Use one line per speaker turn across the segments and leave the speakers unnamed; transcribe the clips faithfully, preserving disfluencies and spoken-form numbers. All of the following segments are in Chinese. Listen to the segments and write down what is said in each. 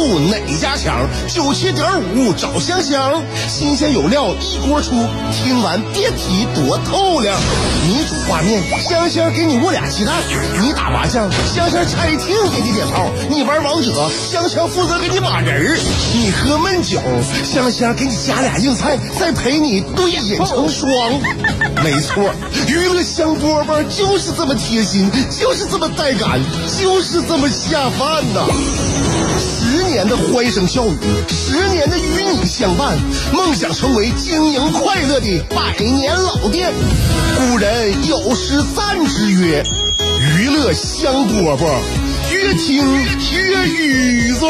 五哪家强？九七点五找香香，新鲜有料一锅出，听完别提多透亮。你煮挂面，香香给你握俩鸡蛋；你打麻将，香香拆听给你点炮；你玩王者，香香负责给你码人儿；你喝闷酒，香香给你加俩硬菜，再陪你对饮成双。没错，娱乐香饽饽就是这么贴心，就是这么带感，就是这么下饭呐！十年的欢声笑语，十年的与你相伴，梦想成为经营快乐的百年老店。古人有诗赞之曰：娱乐香饽饽，越听越雨子。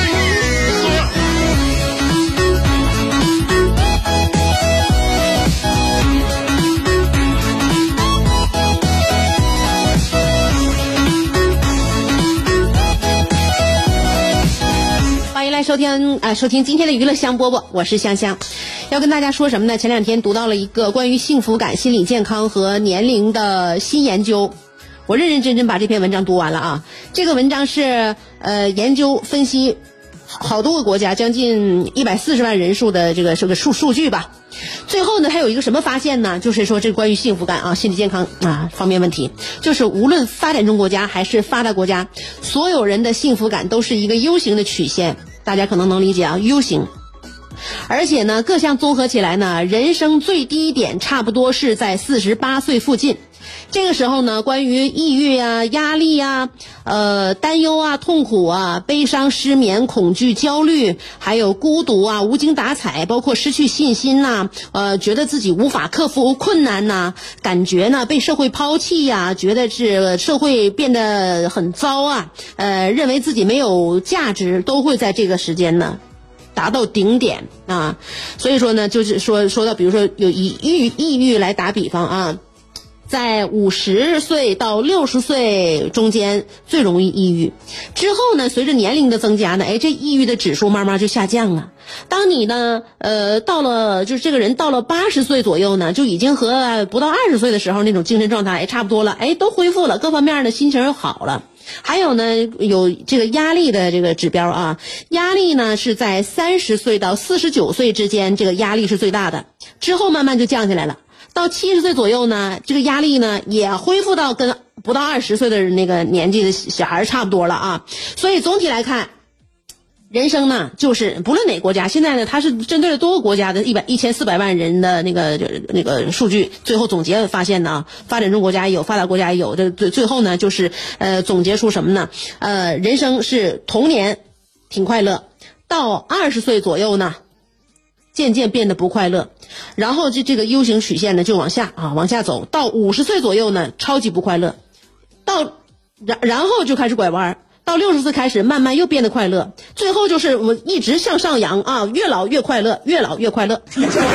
来收听啊、呃，收听今天的娱乐香饽饽，我是香香。要跟大家说什么呢？前两天读到了一个关于幸福感、心理健康和年龄的新研究，我认认真真把这篇文章读完了啊。这个文章是呃研究分析好多个国家将近一百四十万人数的这个这个数数据吧。最后呢，还有一个什么发现呢？就是说这关于幸福感啊、心理健康啊方面问题，就是无论发展中国家还是发达国家，所有人的幸福感都是一个 U 型的曲线。大家可能能理解啊 ，U 型，而且呢，各项综合起来呢，人生最低点差不多是在四十八岁附近。这个时候呢，关于抑郁啊、压力啊、呃、担忧啊、痛苦啊、悲伤、失眠、恐惧、焦虑，还有孤独啊、无精打采，包括失去信心呐、啊，呃，觉得自己无法克服困难呐、啊，感觉呢被社会抛弃呀、啊，觉得是社会变得很糟啊，呃，认为自己没有价值，都会在这个时间呢达到顶点啊。所以说呢，就是说说到比如说有以抑抑郁来打比方啊。在五十岁到六十岁中间最容易抑郁，之后呢，随着年龄的增加呢，哎，这抑郁的指数慢慢就下降了。当你呢，呃，到了就是这个人到了八十岁左右呢，就已经和不到二十岁的时候那种精神状态哎差不多了，哎，都恢复了，各方面的心情又好了。还有呢，有这个压力的这个指标啊，压力呢是在三十岁到四十九岁之间，这个压力是最大的，之后慢慢就降下来了。到七十岁左右呢，这个压力呢也恢复到跟不到二十岁的那个年纪的小孩差不多了啊。所以总体来看，人生呢就是不论哪个国家，现在呢它是针对了多个国家的一百一千四百万人的那个那个数据，最后总结发现呢，发展中国家也有，发达国家也有，这最最后呢就是呃总结出什么呢？呃，人生是童年挺快乐，到二十岁左右呢，渐渐变得不快乐。然后这这个 U 型曲线呢就往下啊往下走，到五十岁左右呢超级不快乐，到然然后就开始拐弯，到六十岁开始慢慢又变得快乐，最后就是我们一直向上扬啊，越老越快乐，越老越快乐。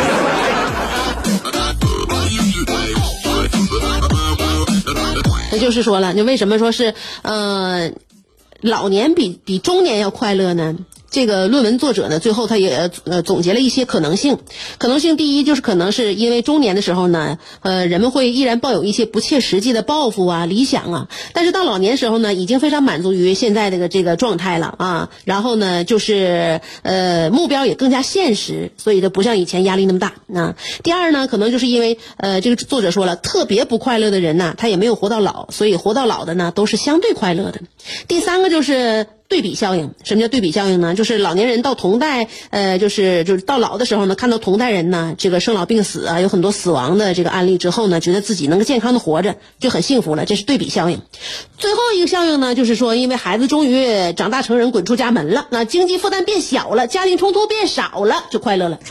那就是说了，就为什么说是呃老年比比中年要快乐呢？这个论文作者呢，最后他也呃总结了一些可能性。可能性第一就是可能是因为中年的时候呢，呃，人们会依然抱有一些不切实际的抱负啊、理想啊，但是到老年时候呢，已经非常满足于现在这个这个状态了啊。然后呢，就是呃目标也更加现实，所以呢不像以前压力那么大啊。第二呢，可能就是因为呃这个作者说了，特别不快乐的人呢，他也没有活到老，所以活到老的呢都是相对快乐的。第三个就是对比效应。什么叫对比效应呢？就是老年人到同代，呃，就是就是到老的时候呢，看到同代人呢，这个生老病死啊，有很多死亡的这个案例之后呢，觉得自己能够健康的活着，就很幸福了。这是对比效应。最后一个效应呢，就是说，因为孩子终于长大成人，滚出家门了，那经济负担变小了，家庭冲突变少了，就快乐了。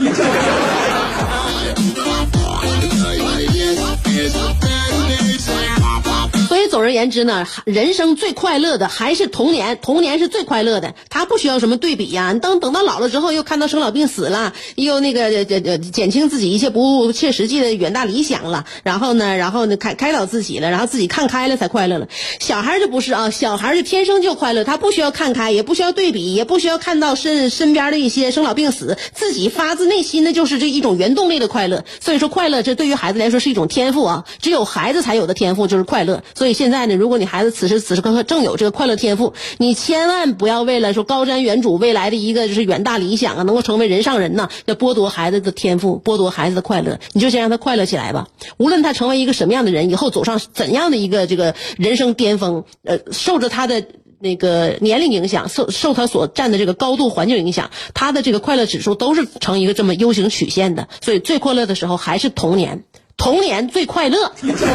所以总而言之呢，人生最快乐的还是童年，童年是最快乐的，他不需要什么对比呀、啊。等等到老了之后，又看到生老病死了，又那个呃呃减轻自己一些不切实际的远大理想了，然后呢，然后呢开开导自己了，然后自己看开了才快乐了。小孩就不是啊，小孩就天生就快乐，他不需要看开，也不需要对比，也不需要看到身身边的一些生老病死，自己发自内心的就是这一种原动力的快乐。所以说快乐这对于孩子来说是一种天赋啊，只有孩子才有的天赋就是快乐。所以现在呢，如果你孩子此时此时刻刻正有这个快乐天赋，你千万不要为了说高瞻远瞩未来的一个就是远大理想啊，能够成为人上人呐，要剥夺孩子的天赋，剥夺孩子的快乐。你就先让他快乐起来吧。无论他成为一个什么样的人，以后走上怎样的一个这个人生巅峰，呃，受着他的那个年龄影响，受受他所占的这个高度环境影响，他的这个快乐指数都是呈一个这么 U 型曲线的。所以最快乐的时候还是童年，童年最快乐。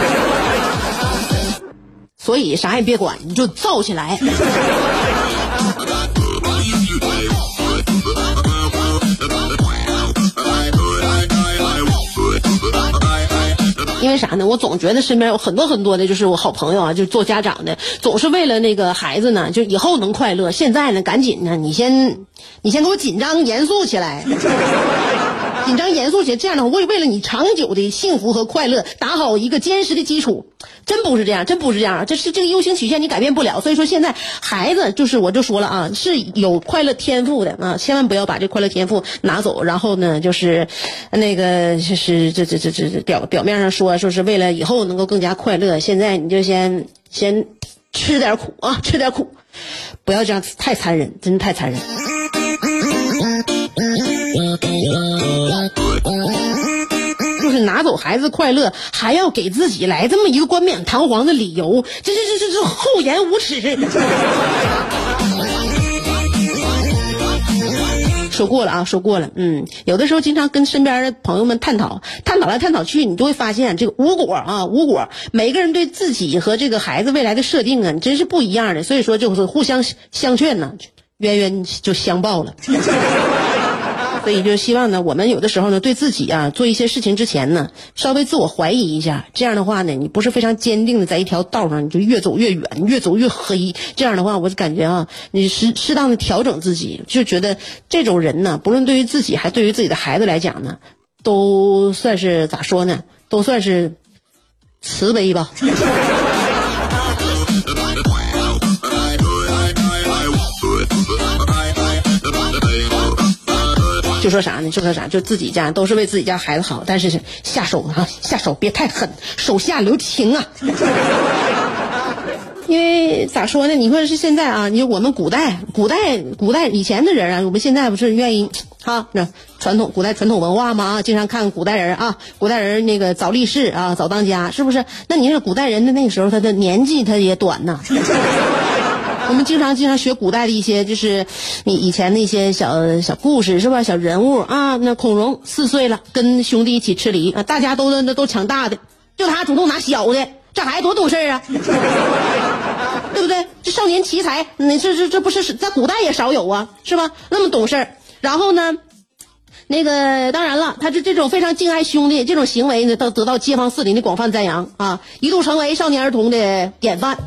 所以啥也别管，你就造起来。因为啥呢？我总觉得身边有很多很多的就是我好朋友啊，就做家长的，总是为了那个孩子呢，就以后能快乐，现在呢赶紧呢，你先你先给我紧张严肃起来。紧张严肃些，这样的话为为了你长久的幸福和快乐打好一个坚实的基础。真不是这样，真不是这样，这是这个 U 型曲线你改变不了。所以说现在孩子就是我就说了啊，是有快乐天赋的啊，千万不要把这快乐天赋拿走，然后呢就是那个就是这这这这表表面上说说是为了以后能够更加快乐，现在你就先先吃点苦啊，吃点苦，不要这样太残忍，真的太残忍。就是拿走孩子快乐，还要给自己来这么一个冠冕堂皇的理由，这这这这这厚颜无耻。说过了啊，说过了。嗯，有的时候经常跟身边的朋友们探讨，探讨来探讨去，你就会发现这个无果啊，无果。每个人对自己和这个孩子未来的设定啊，真是不一样的。所以说就是互相相劝呢，冤冤就相报了。所以就希望呢，我们有的时候呢，对自己啊做一些事情之前呢，稍微自我怀疑一下。这样的话呢，你不是非常坚定的在一条道上，你就越走越远，越走越黑。这样的话，我就感觉啊，你适适当的调整自己，就觉得这种人呢，不论对于自己还对于自己的孩子来讲呢，都算是咋说呢，都算是慈悲吧。就说啥呢？就说啥？就自己家都是为自己家孩子好，但是下手啊，下手别太狠，手下留情啊。因为咋说呢？你说是现在啊，你说我们古代、古代、古代以前的人啊，我们现在不是愿意啊，那传统古代传统文化嘛，经常看古代人啊，古代人那个早立誓啊，早当家，是不是？那你说古代人的那个时候，他的年纪他也短呐。我们经常经常学古代的一些，就是你以前的一些小小故事，是吧？小人物啊，那孔融四岁了，跟兄弟一起吃梨啊，大家都都都抢大的，就他主动拿小的，这孩子多懂事啊，对不对？这少年奇才，你这这这不是在古代也少有啊，是吧？那么懂事，然后呢？那个当然了，他这这种非常敬爱兄弟这种行为呢，得得到街坊四邻的广泛赞扬啊，一度成为少年儿童的典范。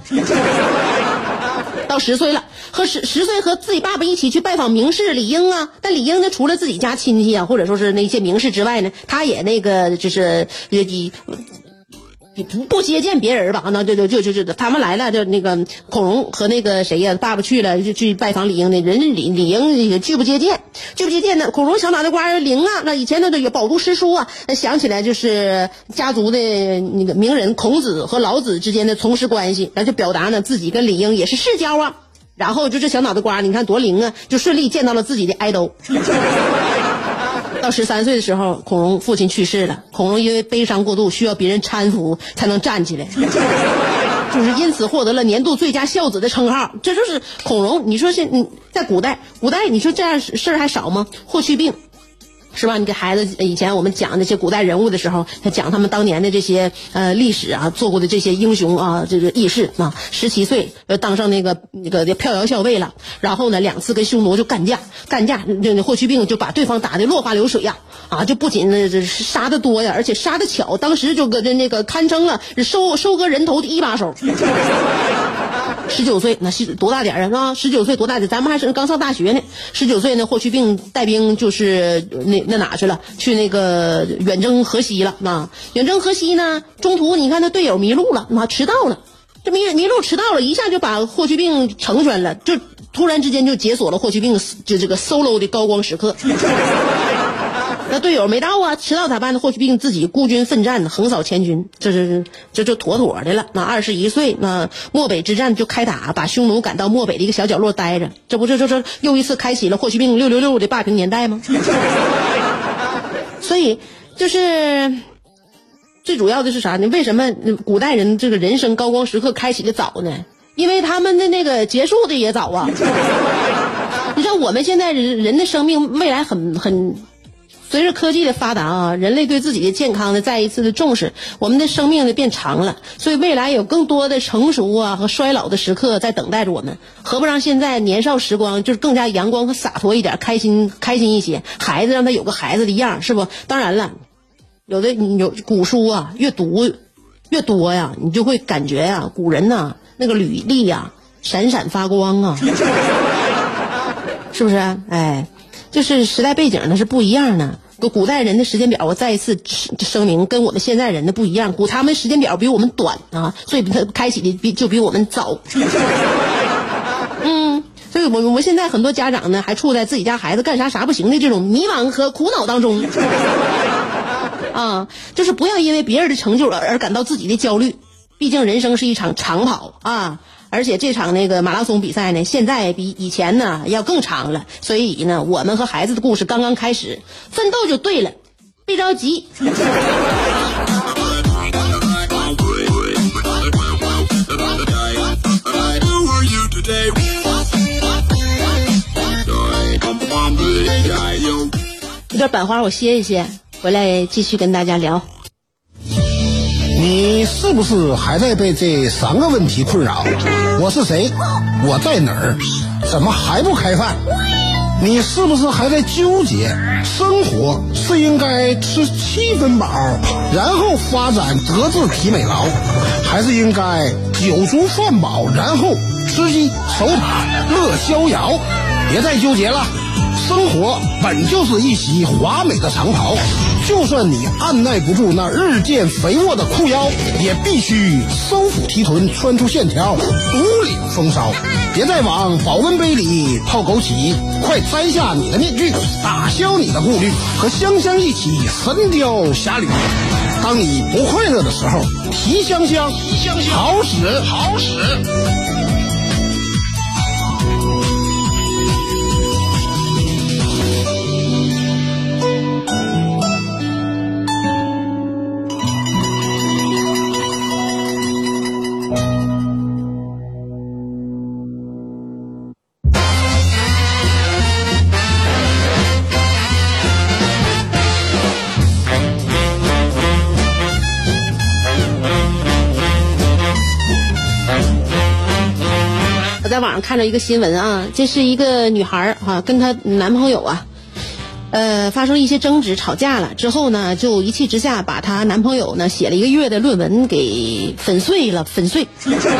到十岁了，和十十岁和自己爸爸一起去拜访名士李英啊，但李英呢，除了自己家亲戚啊，或者说是那些名士之外呢，他也那个就是也以。不不接见别人吧，那就就就就就他们来了，就那个孔融和那个谁呀，爸爸去了，就去拜访李英的人，李李英也拒不接见，拒不接见呢。孔融小脑袋瓜灵啊，那以前那个饱读诗书啊，想起来就是家族的那个名人孔子和老子之间的从师关系，然后就表达呢自己跟李英也是世交啊。然后就这小脑袋瓜，你看多灵啊，就顺利见到了自己的爱豆。到十三岁的时候，孔融父亲去世了，孔融因为悲伤过度，需要别人搀扶才能站起来，就是因此获得了年度最佳孝子的称号。这就是孔融。你说现在古代，古代你说这样事儿还少吗？霍去病。是吧？你给孩子以前我们讲那些古代人物的时候，他讲他们当年的这些呃历史啊，做过的这些英雄啊，这个义士啊，十七岁呃当上那个那个飘摇校尉了，然后呢两次跟匈奴就干架，干架这霍去病就把对方打得落花流水呀，啊就不仅呢这杀得多呀，而且杀得巧，当时就搁这那个堪称了收收割人头的一把手。十九岁那是多大点啊？十九岁多大点？咱们还是刚上大学呢。十九岁呢，霍去病带兵就是那那哪去了？去那个远征河西了啊！远征河西呢，中途你看他队友迷路了，啊，迟到了。这迷迷路迟到了，一下就把霍去病成全了，就突然之间就解锁了霍去病就这个 solo 的高光时刻。 那队友没到啊，迟到咋办呢？霍去病自己孤军奋战，横扫千军，这是这就妥妥的了。那二十一岁，那漠北之战就开打，把匈奴赶到漠北的一个小角落待着，这不这这这又一次开启了霍去病六六六的霸屏年代吗？所以就是最主要的是啥呢？为什么古代人这个人生高光时刻开启的早呢？因为他们的那个结束的也早啊。你知道我们现在人人的生命未来很很。随着科技的发达啊，人类对自己的健康的再一次的重视，我们的生命呢变长了，所以未来有更多的成熟啊和衰老的时刻在等待着我们。何不让现在年少时光就是更加阳光和洒脱一点，开心开心一些？孩子让他有个孩子的样，是不？当然了，有的你有古书啊，越读越多呀，你就会感觉呀、啊，古人呐、啊、那个履历呀、啊、闪闪发光啊，是不是？哎。就是时代背景呢是不一样的，古代人的时间表我再一次声明跟我们现在人的不一样，古他们时间表比我们短啊，所以他开启的比就比我们早。嗯，所以我我们现在很多家长呢还处在自己家孩子干啥啥不行的这种迷茫和苦恼当中。啊，就是不要因为别人的成就而感到自己的焦虑，毕竟人生是一场长跑啊。而且这场那个马拉松比赛呢，现在比以前呢要更长了，所以呢，我们和孩子的故事刚刚开始，奋斗就对了，别着急。有点板花，我歇一歇，回来继续跟大家聊。
你是不是还在被这三个问题困扰？我是谁？我在哪儿？怎么还不开饭？你是不是还在纠结生活是应该吃七分饱，然后发展德智体美劳，还是应该酒足饭饱，然后吃鸡守塔乐逍遥？别再纠结了，生活本就是一袭华美的长袍，就算你按耐不住那日渐肥沃的裤腰，也必须收腹提臀，穿出线条，独领风骚。别再往保温杯里泡枸杞，快摘下你的面具，打消你的顾虑，和香香一起神雕侠侣。当你不快乐的时候，提香香，好使好使。
在网上看到一个新闻啊，这是一个女孩啊，跟她男朋友啊，呃，发生一些争执，吵架了之后呢，就一气之下把她男朋友呢写了一个月的论文给粉碎了，粉碎。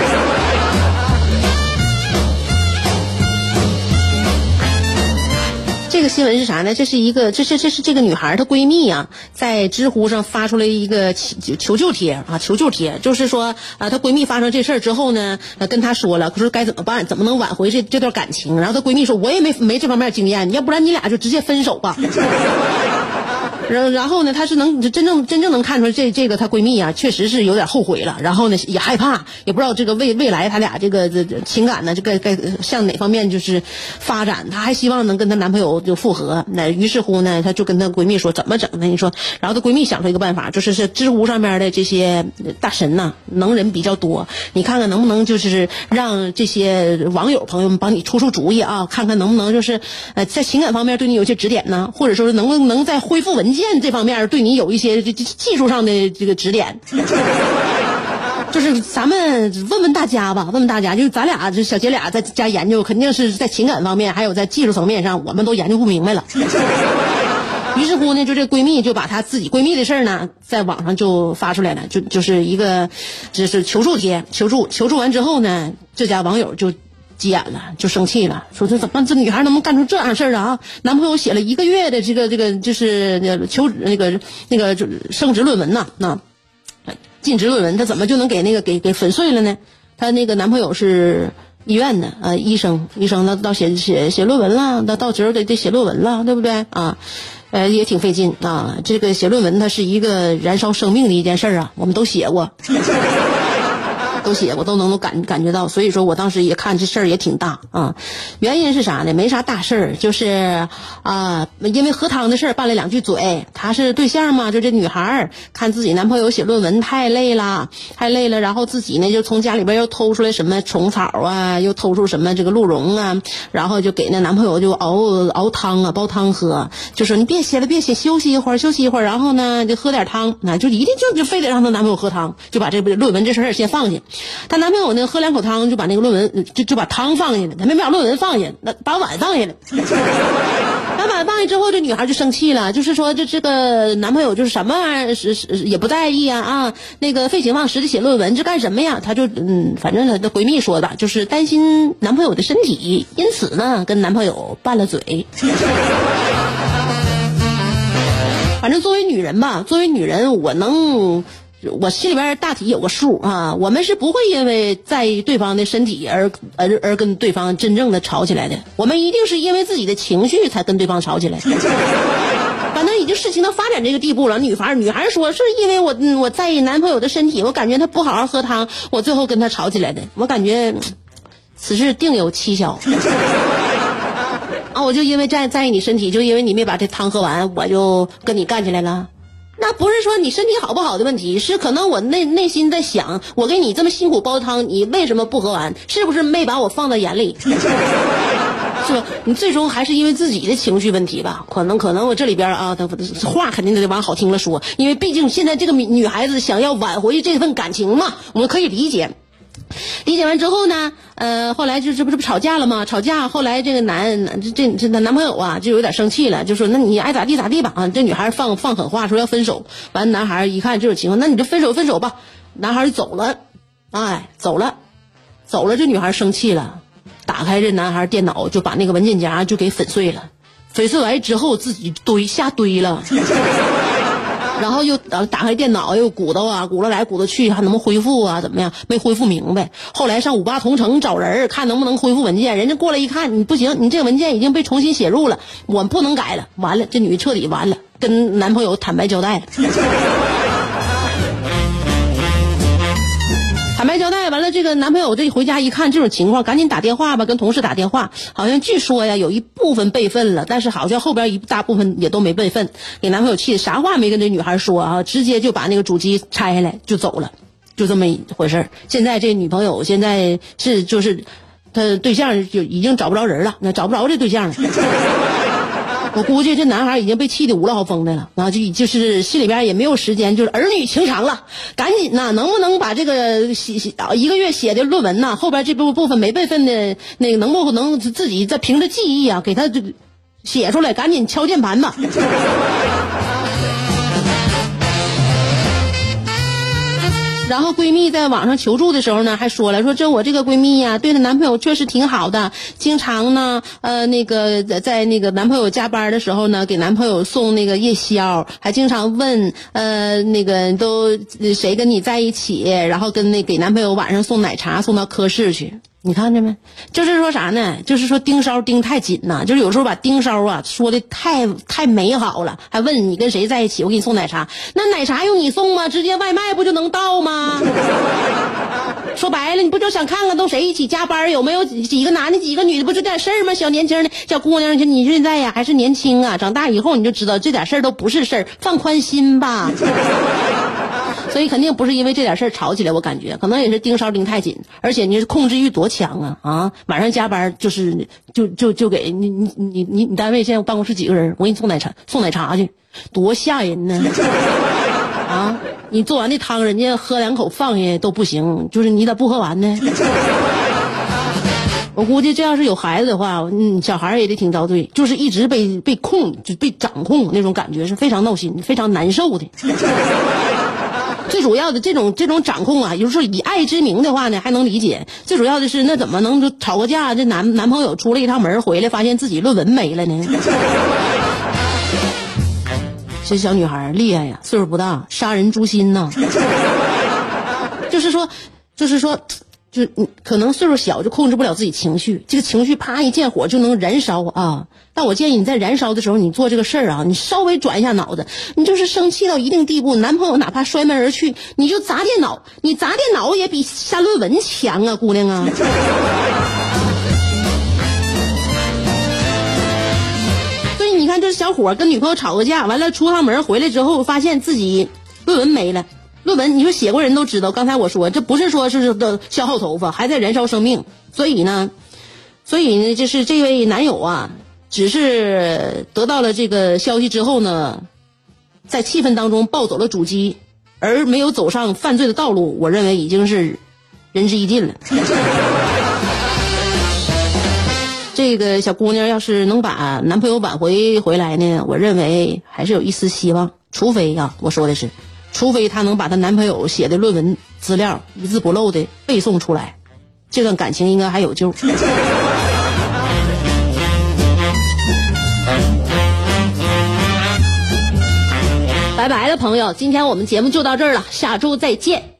这个新闻是啥呢？这是一个，这是这是这个女孩她闺蜜啊，在知乎上发出来一个求救帖啊，求救帖，就是说啊，她闺蜜发生这事儿之后呢，呃，跟她说了，说该怎么办，怎么能挽回这这段感情？然后她闺蜜说，我也没没这方面经验，要不然你俩就直接分手吧。然然后呢，她是能真正真正能看出来这这个她闺蜜啊，确实是有点后悔了，然后呢也害怕，也不知道这个未未来她俩这个这情感呢，这个该向哪方面就是发展，她还希望能跟她男朋友就复合。那于是乎呢，她就跟她闺蜜说怎么整呢？你说，然后她闺蜜想出一个办法，就是是知乎上面的这些大神呐、啊，能人比较多，你看看能不能就是让这些网友朋友们帮你出出主意啊，看看能不能就是呃在情感方面对你有些指点呢，或者说能不能在恢复文件这方面对你有一些技术上的这个指点。就是咱们问问大家吧，问问大家，就是咱俩这小姐俩在家研究，肯定是在情感方面还有在技术层面上，我们都研究不明白了。于是乎呢，就这闺蜜就把她自己闺蜜的事儿呢，在网上就发出来了，就就是一个就是求助帖，求助求助完之后呢，这家网友就急眼了，就生气了，说这怎么这女孩能不能干出这样事儿啊？男朋友写了一个月的这个这个就是求那个那个升职论文呐，那尽职论文，他怎么就能给那个给给粉碎了呢？她那个男朋友是医院的呃医生，医生那到写写写论文了，到到职得得写论文了，对不对啊？ 呃，也挺费劲啊。这个写论文它是一个燃烧生命的一件事儿啊，我们都写过。都写过，都能够感感觉到，所以说我当时也看这事儿也挺大啊。原因是啥呢？没啥大事儿，就是啊，因为喝汤的事儿拌了两句嘴。她是对象嘛，就这女孩儿看自己男朋友写论文太累了，太累了，然后自己呢就从家里边又偷出来什么虫草啊，又偷出什么这个鹿茸啊，然后就给那男朋友就熬熬汤啊，煲汤喝，就说你别写了，别写，休息一会儿，休息一会儿，然后呢就喝点汤，那就一定就就非得让她男朋友喝汤，就把这论文这事儿先放下。她男朋友呢喝两口汤就把那个论文就就把汤放下了，他没把论文放下，那把碗放下了。把碗放下之后，这女孩就生气了，就是说这这个男朋友就是什么玩意儿是是也不在意啊啊，那个废寝忘食的写论文，这干什么呀？她就嗯，反正她的闺蜜说吧，就是担心男朋友的身体，因此呢跟男朋友拌了嘴。反正作为女人吧，作为女人，我能。我心里边大体有个数啊，我们是不会因为在意对方的身体而而而跟对方真正的吵起来的，我们一定是因为自己的情绪才跟对方吵起来。反正已经事情都发展这个地步了，女孩女孩说是因为我嗯我在意男朋友的身体，我感觉他不好好喝汤，我最后跟他吵起来的。我感觉此事定有蹊跷。啊，我就因为在在意你身体，就因为你没把这汤喝完，我就跟你干起来了。那不是说你身体好不好的问题，是可能我内内心在想，我给你这么辛苦煲汤，你为什么不喝完？是不是没把我放在眼里？是吧？你最终还是因为自己的情绪问题吧？可能可能我这里边啊，话肯定得往好听了说，因为毕竟现在这个女孩子想要挽回这份感情嘛，我们可以理解。理解完之后呢，呃，后来就这不是不吵架了吗？吵架，后来这个男这这这男朋友啊，就有点生气了，就说那你爱咋地咋地吧啊！这女孩放放狠话，说要分手。完，男孩一看这种情况，那你就分手分手吧。男孩就走了，哎，走了，走了。这女孩生气了，打开这男孩电脑，就把那个文件夹就给粉碎了。粉碎完之后，自己堆下堆了。然后又打开电脑，又鼓捣啊，鼓捣来鼓捣去，还能不能恢复啊？怎么样？没恢复明白。后来上五八同城找人，看能不能恢复文件。人家过来一看，你不行，你这个文件已经被重新写入了，我们不能改了。完了，这女的彻底完了，跟男朋友坦白交代了。坦白交代完了，这个男朋友这回家一看这种情况，赶紧打电话吧，跟同事打电话，好像据说呀有一部分备份了，但是好像后边一大部分也都没备份，给男朋友气的啥话没跟这女孩说啊，直接就把那个主机拆下来就走了，就这么一回事。现在这女朋友现在是就是他对象就已经找不着人了，那找不着这对象了。我估计这男孩已经被气得五老疯的了，然后就就是心里边也没有时间，就是儿女情长了，赶紧呐，能不能把这个写写一个月写的论文呐，后边这部部分没备份的那个，能不能自己再凭着记忆啊，给他这个写出来，赶紧敲键盘吧。然后闺蜜在网上求助的时候呢，还说了说这我这个闺蜜呀、啊，对她男朋友确实挺好的，经常呢，呃，那个在那个男朋友加班的时候呢，给男朋友送那个夜宵，还经常问，呃，那个都谁跟你在一起，然后跟那给男朋友晚上送奶茶送到科室去。你看着没？就是说啥呢？就是说盯梢盯太紧呐，就是有时候把盯梢啊说的太太美好了，还问你跟谁在一起，我给你送奶茶，那奶茶用你送吗？直接外卖不就能到吗？说白了，你不就想看看都谁一起加班，有没有几个男的几个女的，不就这点事儿吗？小年轻的小姑娘，你现在呀还是年轻啊，长大以后你就知道这点事儿都不是事儿，放宽心吧。所以肯定不是因为这点事儿吵起来，我感觉可能也是盯梢盯太紧，而且你是控制欲多强啊啊！晚上加班就是就就就给你你你你你单位现在办公室几个人，我给你送奶茶送奶茶去，多吓人呢！啊，你做完这汤，人家喝两口放下都不行，就是你咋不喝完呢？我估计这要是有孩子的话，嗯，小孩也得挺遭罪，就是一直被被控，就被掌控那种感觉是非常闹心、非常难受的。最主要的这种这种掌控啊，也就是说以爱之名的话呢，还能理解。最主要的是，那怎么能就吵个架？这男男朋友出了一趟门回来，发现自己论文没了呢？这小女孩厉害呀，岁数不大，杀人诛心呐。就是说，就是说， 就你可能岁数小就控制不了自己情绪，这个情绪啪一见火就能燃烧啊！但我建议你在燃烧的时候，你做这个事儿啊，你稍微转一下脑子，你就是生气到一定地步，男朋友哪怕摔门而去，你就砸电脑，你砸电脑也比下论文强啊，姑娘啊！所以你看，这小伙跟女朋友吵个架，完了出趟门回来之后，发现自己论文没了。论文你说写过人都知道，刚才我说这不是说是的消耗头发，还在燃烧生命。所以呢所以呢就是这位男友啊，只是得到了这个消息之后呢，在气氛当中抱走了主机，而没有走上犯罪的道路，我认为已经是仁至义尽了。这个小姑娘要是能把男朋友挽回回来呢，我认为还是有一丝希望，除非啊，我说的是除非她能把她男朋友写的论文资料一字不漏的背诵出来，这段感情应该还有救。拜拜了朋友，今天我们节目就到这儿了，下周再见。